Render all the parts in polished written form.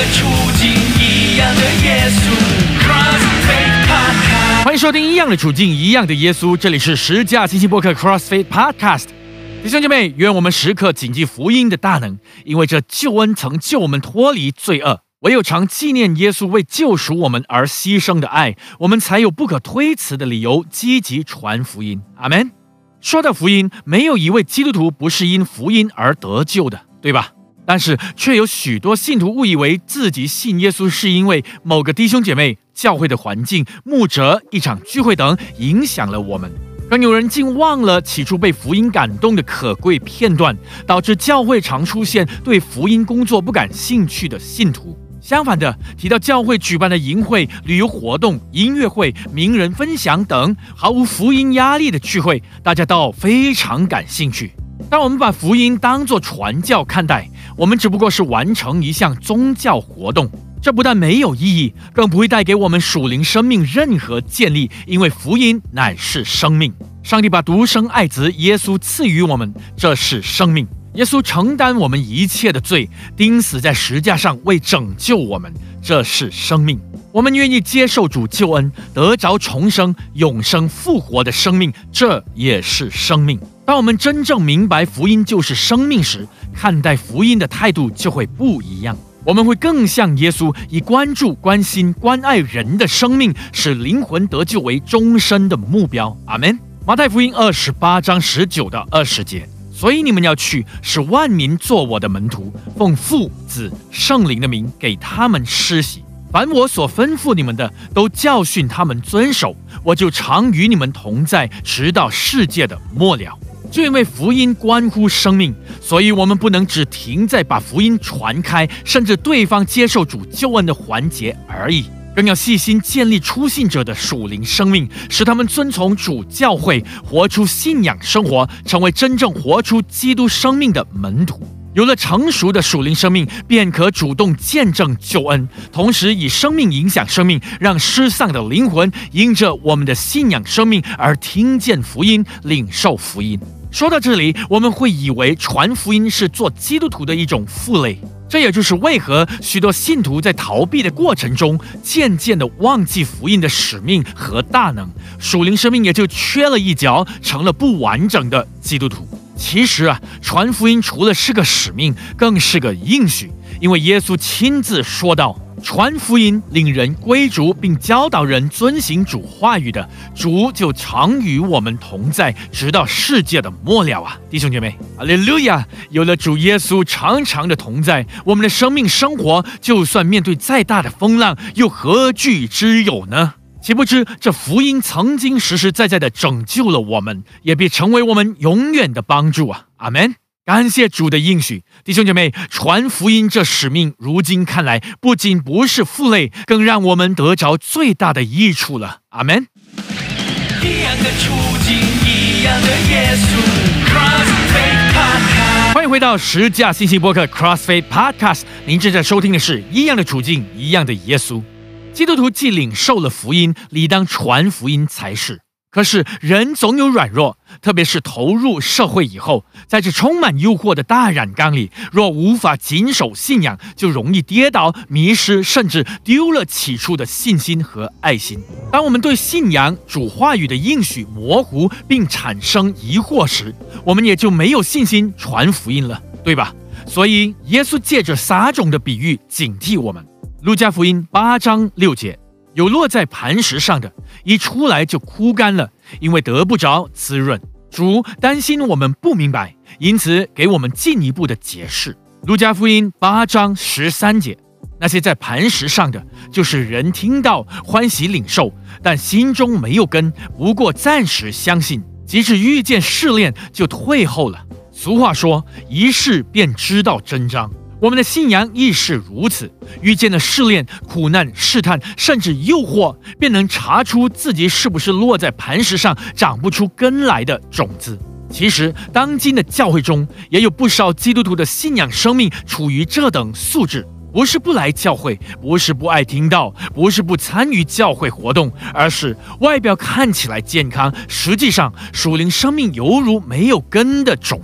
处境，一样的耶稣。CrossFit Podcast， 欢迎收听《一样的处境，一样的耶稣》，这里是十架信息播客 CrossFit Podcast。弟兄姐妹，愿我们时刻谨记福音的大能，因为这救恩曾救我们脱离罪恶。唯有常纪念耶稣为救赎我们而牺牲的爱，我们才有不可推辞的理由积极传福音。阿们。说到福音，没有一位基督徒不是因福音而得救的，对吧？但是却有许多信徒误以为自己信耶稣是因为某个弟兄姐妹、教会的环境、牧者、一场聚会等影响了我们。更有人竟忘了起初被福音感动的可贵片段，导致教会常出现对福音工作不感兴趣的信徒。相反的，提到教会举办的营会、旅游活动、音乐会、名人分享等毫无福音压力的聚会，大家倒非常感兴趣。当我们把福音当作传教看待，我们只不过是完成一项宗教活动，这不但没有意义，更不会带给我们属灵生命任何建立，因为福音乃是生命。上帝把独生爱子耶稣赐予我们，这是生命。耶稣承担我们一切的罪，钉死在十架上为拯救我们，这是生命。我们愿意接受主救恩，得着重生、永生、复活的生命，这也是生命。当我们真正明白福音就是生命时，看待福音的态度就会不一样。我们会更像耶稣，以关注、关心、关爱人的生命，使灵魂得救为终身的目标。阿们。马太福音28章19到20节。所以你们要去，使万民做我的门徒，奉父、子、圣灵的名给他们施洗。凡我所吩咐你们的，都教训他们遵守，我就常与你们同在，直到世界的末了。就因为福音关乎生命，所以我们不能只停在把福音传开，甚至对方接受主救恩的环节而已，更要细心建立初信者的属灵生命，使他们遵从主教会，活出信仰生活，成为真正活出基督生命的门徒。有了成熟的属灵生命，便可主动见证救恩，同时以生命影响生命，让失丧的灵魂因着我们的信仰生命而听见福音，领受福音。说到这里，我们会以为传福音是做基督徒的一种负累，这也就是为何许多信徒在逃避的过程中，渐渐地忘记福音的使命和大能，属灵生命也就缺了一角，成了不完整的基督徒。其实传福音除了是个使命，更是个应许，因为耶稣亲自说道：传福音领人归主，并教导人遵行主话语的，主就常与我们同在，直到世界的末了啊！弟兄姐妹，哈利路亚！有了主耶稣常常的同在，我们的生命生活就算面对再大的风浪，又何惧之有呢？岂不知这福音曾经实实在在的拯救了我们，也必成为我们永远的帮助啊！阿们。感谢主的应许，弟兄姐妹，传福音这使命，如今看来不仅不是负累，更让我们得着最大的益处了。阿们。 一样的处境，一样的耶稣。CrossFit Podcast， 欢迎回到十架信息播客 CrossFit Podcast， 您正在收听的是一样的处境，一样的耶稣。基督徒既领受了福音，理当传福音才是。可是人总有软弱，特别是投入社会以后，在这充满诱惑的大染缸里，若无法谨守信仰，就容易跌倒、迷失，甚至丢了起初的信心和爱心。当我们对信仰、主话语的应许模糊并产生疑惑时，我们也就没有信心传福音了，对吧？所以耶稣借着撒种的比喻警惕我们。路加福音8章6节，有落在磐石上的，一出来就枯干了，因为得不着滋润。主担心我们不明白，因此给我们进一步的解释。路加福音8章13节，那些在磐石上的，就是人听到欢喜领受，但心中没有根，不过暂时相信，即使遇见试炼就退后了。俗话说，一试便知道真章。我们的信仰亦是如此，遇见了试炼、苦难、试探，甚至诱惑，便能查出自己是不是落在磐石上长不出根来的种子。其实当今的教会中也有不少基督徒的信仰生命处于这等素质，不是不来教会，不是不爱听道，不是不参与教会活动，而是外表看起来健康，实际上属灵生命犹如没有根的种子。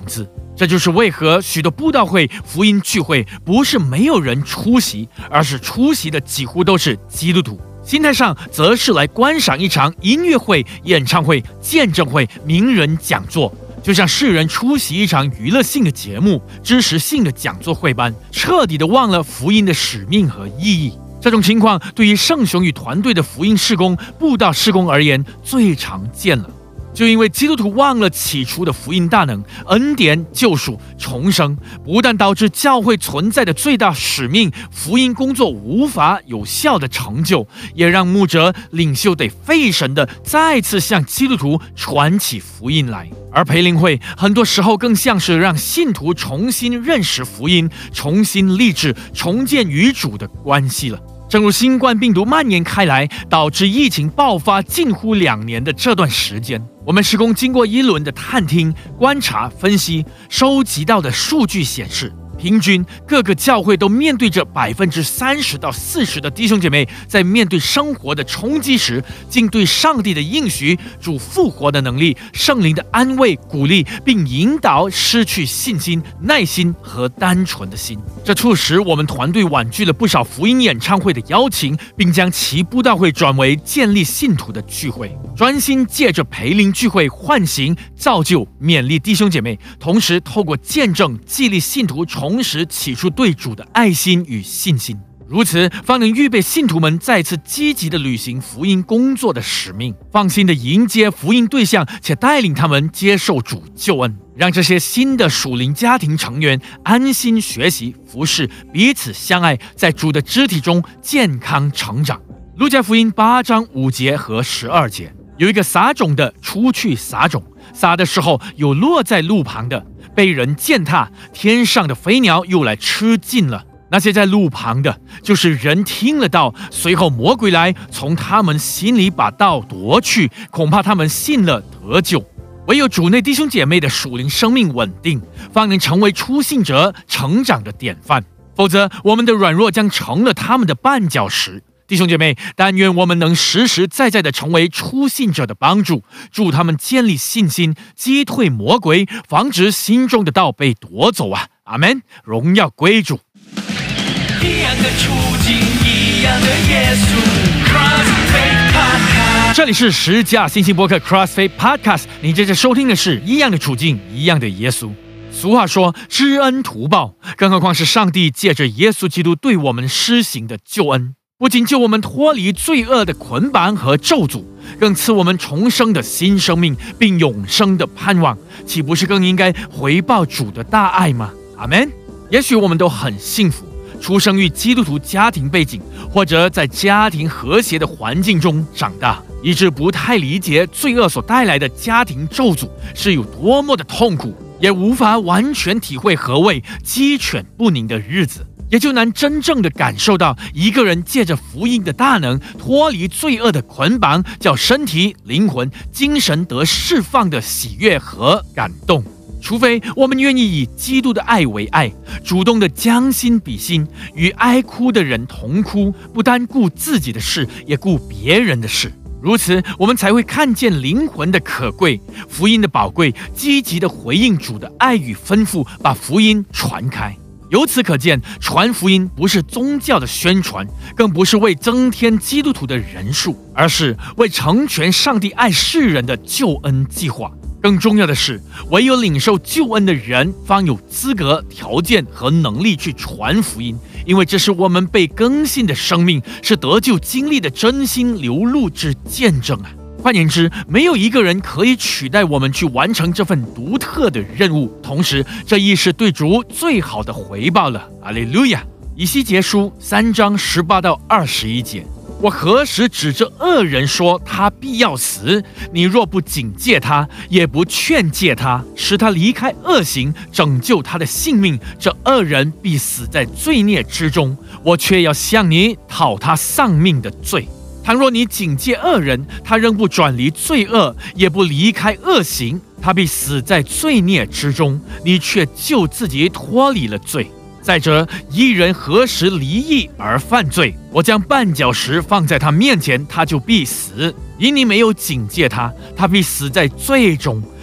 这就是为何许多布道会、福音聚会不是没有人出席，而是出席的几乎都是基督徒。心态上则是来观赏一场音乐会、演唱会、见证会、名人讲座，就像世人出席一场娱乐性的节目、知识性的讲座会般，彻底的忘了福音的使命和意义。这种情况对于圣雄与团队的福音事工、布道事工而言最常见了。就因为基督徒忘了起初的福音大能、恩典、救赎、重生，不但导致教会存在的最大使命福音工作无法有效的成就，也让牧者领袖得费神的再次向基督徒传起福音来。而培灵会很多时候更像是让信徒重新认识福音、重新立志、重建与主的关系了。正如新冠病毒蔓延开来，导致疫情爆发近乎2年的这段时间，我们事工经过一轮的探听、观察、分析，收集到的数据显示，平均各个教会都面对着30%到40%的弟兄姐妹在面对生活的冲击时，竟对上帝的应许、主复活的能力、圣灵的安慰、鼓励，并引导失去信心、耐心和单纯的心。这促使我们团队婉拒了不少福音演唱会的邀请，并将其布道会转为建立信徒的聚会，专心借着培灵聚会唤醒、造就、勉励弟兄姐妹，同时透过见证激励信徒重拾起初对主的爱心与信心，如此方能预备信徒们再次积极地履行福音工作的使命，放心地迎接福音对象，且带领他们接受主救恩，让这些新的属灵家庭成员安心学习、服侍、彼此相爱，在主的肢体中健康成长。路加福音8章5节和12节，有一个撒种的出去撒种，撒的时候有落在路旁的，被人践踏，天上的飞鸟又来吃尽了。那些在路旁的，就是人听了道，随后魔鬼来从他们心里把道夺去，恐怕他们信了得救。唯有主内弟兄姐妹的属灵生命稳定，方能成为初信者成长的典范，否则我们的软弱将成了他们的绊脚石。弟兄姐妹，但愿我们能实实在在地成为初信者的帮助，助他们建立信心，击退魔鬼，防止心中的道被夺走啊！阿们，荣耀归主。 一样的处境，一样的耶稣 CrossFit Podcast。 这里是十架信息播客 CrossFit Podcast， 你正在收听的是一样的处境，一样的耶稣。俗话说知恩图报，更何况是上帝借着耶稣基督对我们施行的救恩，不仅救我们脱离罪恶的捆绑和咒诅，更赐我们重生的新生命，并永生的盼望，岂不是更应该回报主的大爱吗？阿们。也许我们都很幸福，出生于基督徒家庭背景，或者在家庭和谐的环境中长大，以致不太理解罪恶所带来的家庭咒诅是有多么的痛苦，也无法完全体会何谓鸡犬不宁的日子，也就难真正的感受到一个人借着福音的大能脱离罪恶的捆绑，叫身体、灵魂、精神得释放的喜悦和感动。除非我们愿意以基督的爱为爱，主动的将心比心，与哀哭的人同哭，不单顾自己的事，也顾别人的事。如此，我们才会看见灵魂的可贵，福音的宝贵，积极的回应主的爱与吩咐，把福音传开。由此可见，传福音不是宗教的宣传，更不是为增添基督徒的人数，而是为成全上帝爱世人的救恩计划。更重要的是，唯有领受救恩的人方有资格、条件和能力去传福音，因为这是我们被更新的生命，是得救经历的真心流露之见证啊！换言之，没有一个人可以取代我们去完成这份独特的任务，同时这亦是对主最好的回报了。阿利路亚！以西结书3章18到21节。我何时指着恶人说他必要死？你若不警戒他，也不劝诫他，使他离开恶行，拯救他的性命，这恶人必死在罪孽之中。我却要向你讨他丧命的罪。倘若你警戒恶人，他仍不转离罪恶，也不离开恶行，他必死在罪孽之中，你却救自己脱离了罪。再者，一人何时离义而犯罪？我将绊脚石放在他面前，他就必死。因你没有警戒他，他必死在罪中。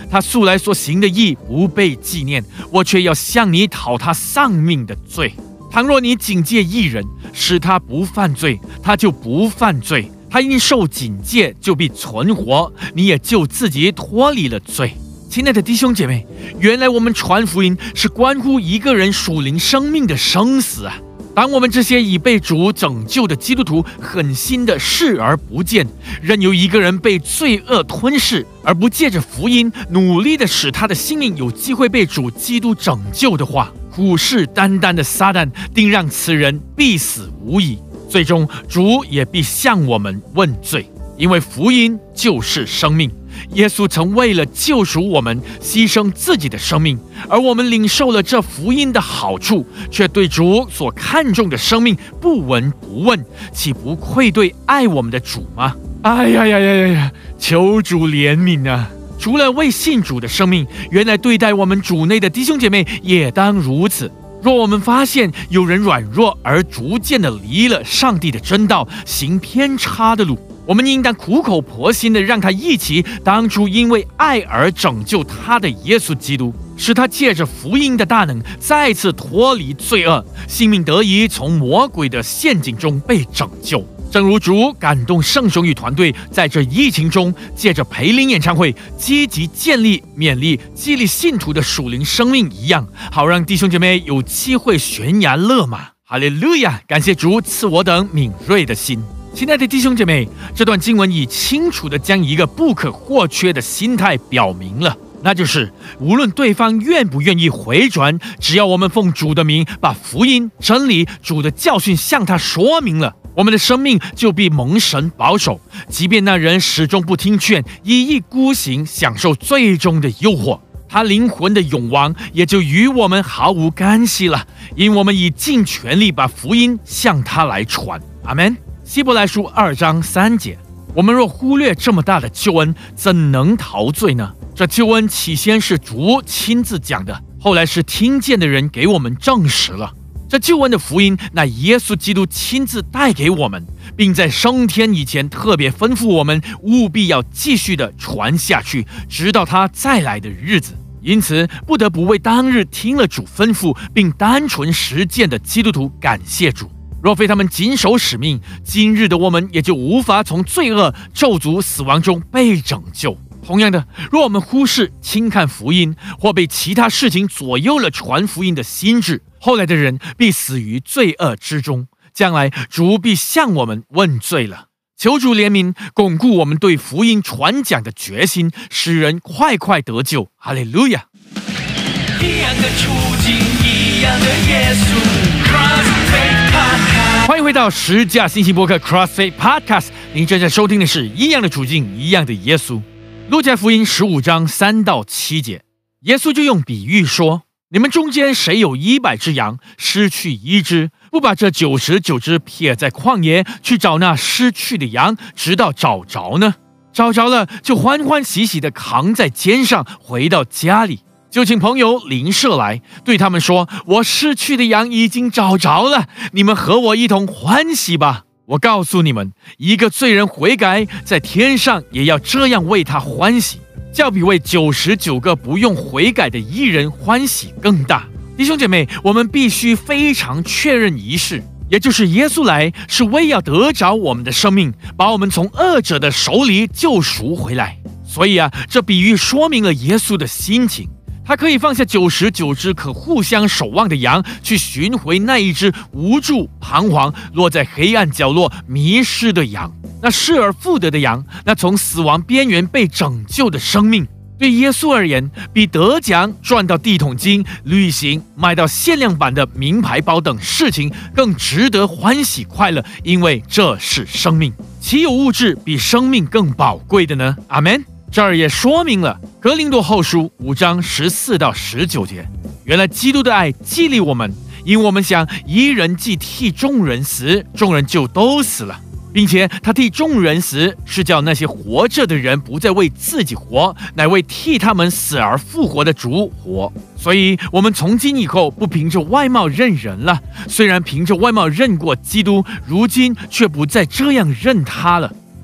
他素来所行的义不被纪念，我却要向你讨他丧命的罪。倘若你警戒义人，使他不犯罪，他就不犯罪；他因受警戒，就必存活，你也就自己脱离了罪。亲爱的弟兄姐妹，原来我们传福音是关乎一个人属灵生命的生死啊！当我们这些已被主拯救的基督徒狠心的视而不见，任由一个人被罪恶吞噬，而不借着福音努力的使他的性命有机会被主基督拯救的话，虎视眈眈的撒旦定让此人必死无疑，最终主也必向我们问罪，因为福音就是生命。耶稣曾为了救赎我们牺牲自己的生命，而我们领受了这福音的好处，却对主所看重的生命不闻不问，岂不愧对爱我们的主吗？哎呀，求主怜悯啊！除了为信主的生命，原来对待我们主内的弟兄姐妹也当如此。若我们发现有人软弱而逐渐的离了上帝的真道，行偏差的路，我们应当苦口婆心的让他忆起当初因为爱而拯救他的耶稣基督，使他借着福音的大能再次脱离罪恶，性命得以从魔鬼的陷阱中被拯救。正如主感动圣雄与团队在这疫情中，借着培灵演唱会积极建立、勉励、激励信徒的属灵生命一样，好让弟兄姐妹有机会悬崖勒马。哈利路亚！感谢主赐我等敏锐的心。亲爱的弟兄姐妹，这段经文已清楚地将一个不可或缺的心态表明了，那就是无论对方愿不愿意回转，只要我们奉主的名把福音、真理、主的教训向他说明了，我们的生命就必蒙神保守，即便那人始终不听劝，一意孤行，享受最终的诱惑，他灵魂的永亡也就与我们毫无干系了，因我们已尽全力把福音向他来传。阿们。希伯来书2章3节，我们若忽略这么大的救恩，怎能陶醉呢？这救恩起先是主亲自讲的，后来是听见的人给我们证实了。这救恩的福音，乃耶稣基督亲自带给我们，并在升天以前特别吩咐我们，务必要继续的传下去，直到他再来的日子。因此，不得不为当日听了主吩咐并单纯实践的基督徒感谢主。若非他们谨守使命，今日的我们也就无法从罪恶、咒诅、死亡中被拯救。同样的，若我们忽视、轻看福音，或被其他事情左右了传福音的心智，后来的人必死于罪恶之中，将来主必向我们问罪了。求主怜悯，巩固我们对福音传讲的决心，使人快快得救。哈利路亚！ 一样的处境，一样的耶稣。 欢迎回到十架信息播客 CrossFit Podcast， 您正在收听的是一样的处境，一样的耶稣。路加福音15章3到7节，耶稣就用比喻说：你们中间谁有100只羊，失去1只，不把这99只撇在旷野，去找那失去的羊，直到找着呢？找着了，就欢欢喜喜地扛在肩上，回到家里，就请朋友邻舍来，对他们说：我失去的羊已经找着了，你们和我一同欢喜吧。我告诉你们，一个罪人悔改，在天上也要这样为他欢喜，较比为99个不用悔改的义人欢喜更大。弟兄姐妹，我们必须非常确认一事，也就是耶稣来是为要得着我们的生命，把我们从恶者的手里救赎回来。所以这比喻说明了耶稣的心情，他可以放下99只可互相守望的羊，去寻回那一只无助、彷徨、落在黑暗角落迷失的羊，那失而复得的羊，那从死亡边缘被拯救的生命。对耶稣而言，比得奖、赚到地桶金、旅行、买到限量版的名牌包等事情更值得欢喜快乐，因为这是生命。岂有物质比生命更宝贵的呢？阿们。这儿也说明了格林多后书5章14到19节，原来基督的爱激励我们，因我们想一人既替众人死，众人就都死了，并且他替众人死，是叫那些活着的人不再为自己活，乃为替他们死而复活的主活。所以我们从今以后不凭着外貌认人了，虽然凭着外貌认过基督，如今却不再这样认他了。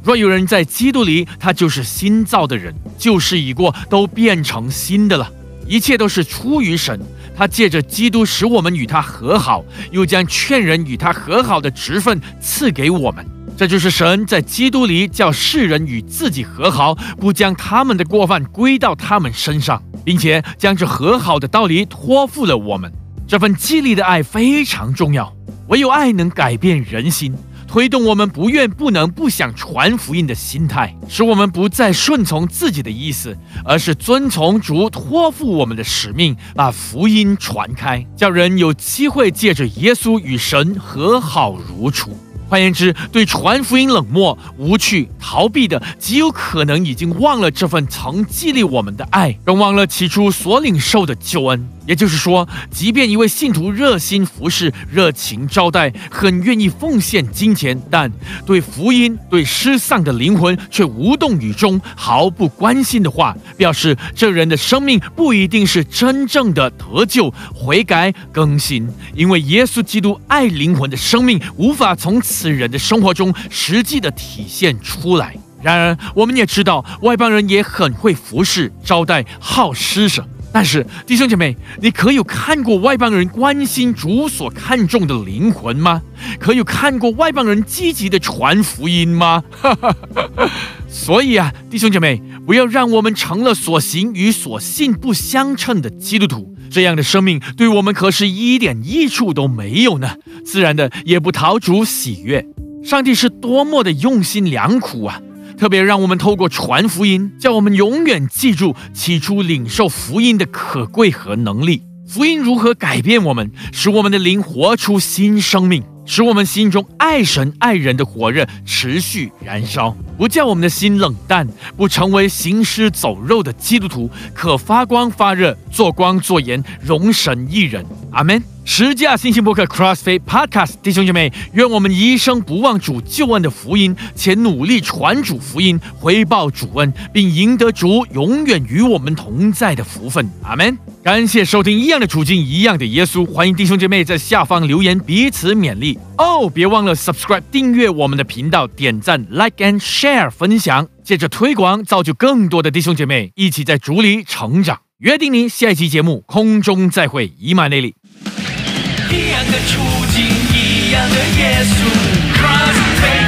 若有人在基督里，他就是新造的人，旧事已过，都变成新的了。一切都是出于神，他借着基督使我们与他和好，又将劝人与他和好的职分赐给我们。这就是神在基督里叫世人与自己和好，不将他们的过犯归到他们身上，并且将这和好的道理托付了我们。这份激励的爱非常重要，唯有爱能改变人心，推动我们不愿不能不想传福音的心态，使我们不再顺从自己的意思，而是遵从主托付我们的使命，把福音传开，叫人有机会借着耶稣与神和好如初。换言之，对传福音冷漠、无趣、逃避的，极有可能已经忘了这份曾激励我们的爱，更忘了起初所领受的救恩。也就是说，即便一位信徒热心服侍、热情招待，很愿意奉献金钱，但对福音、对失丧的灵魂却无动于衷、毫不关心的话，表示这人的生命不一定是真正的得救、悔改、更新，因为耶稣基督爱灵魂的生命无法从此人的生活中实际的体现出来。然而，我们也知道，外邦人也很会服侍、招待、好施舍。但是，弟兄姐妹，你可有看过外邦人关心主所看重的灵魂吗？可有看过外邦人积极的传福音吗？所以啊，弟兄姐妹，不要让我们成了所行与所信不相称的基督徒，这样的生命对我们可是一点益处都没有呢，自然的也不讨主喜悦。上帝是多么的用心良苦啊！特别让我们透过传福音，叫我们永远记住起初领受福音的可贵和能力。福音如何改变我们，使我们的灵活出新生命，使我们心中爱神爱人的火热持续燃烧，不叫我们的心冷淡，不成为行尸走肉的基督徒，可发光发热，做光做盐，荣神益人。阿们。十架信心播客 CrossFit Podcast， 弟兄姐妹，愿我们一生不忘主救恩的福音，且努力传主福音，回报主恩，并赢得主永远与我们同在的福分。阿们。感谢收听一样的处境一样的耶稣，欢迎弟兄姐妹在下方留言彼此勉励哦。别忘了 subscribe 订阅我们的频道，点赞 like and share 分享，借着推广造就更多的弟兄姐妹一起在主里成长。约定你下一期节目空中再会，以马内利。 一样的处境，一样的耶稣 ，Cross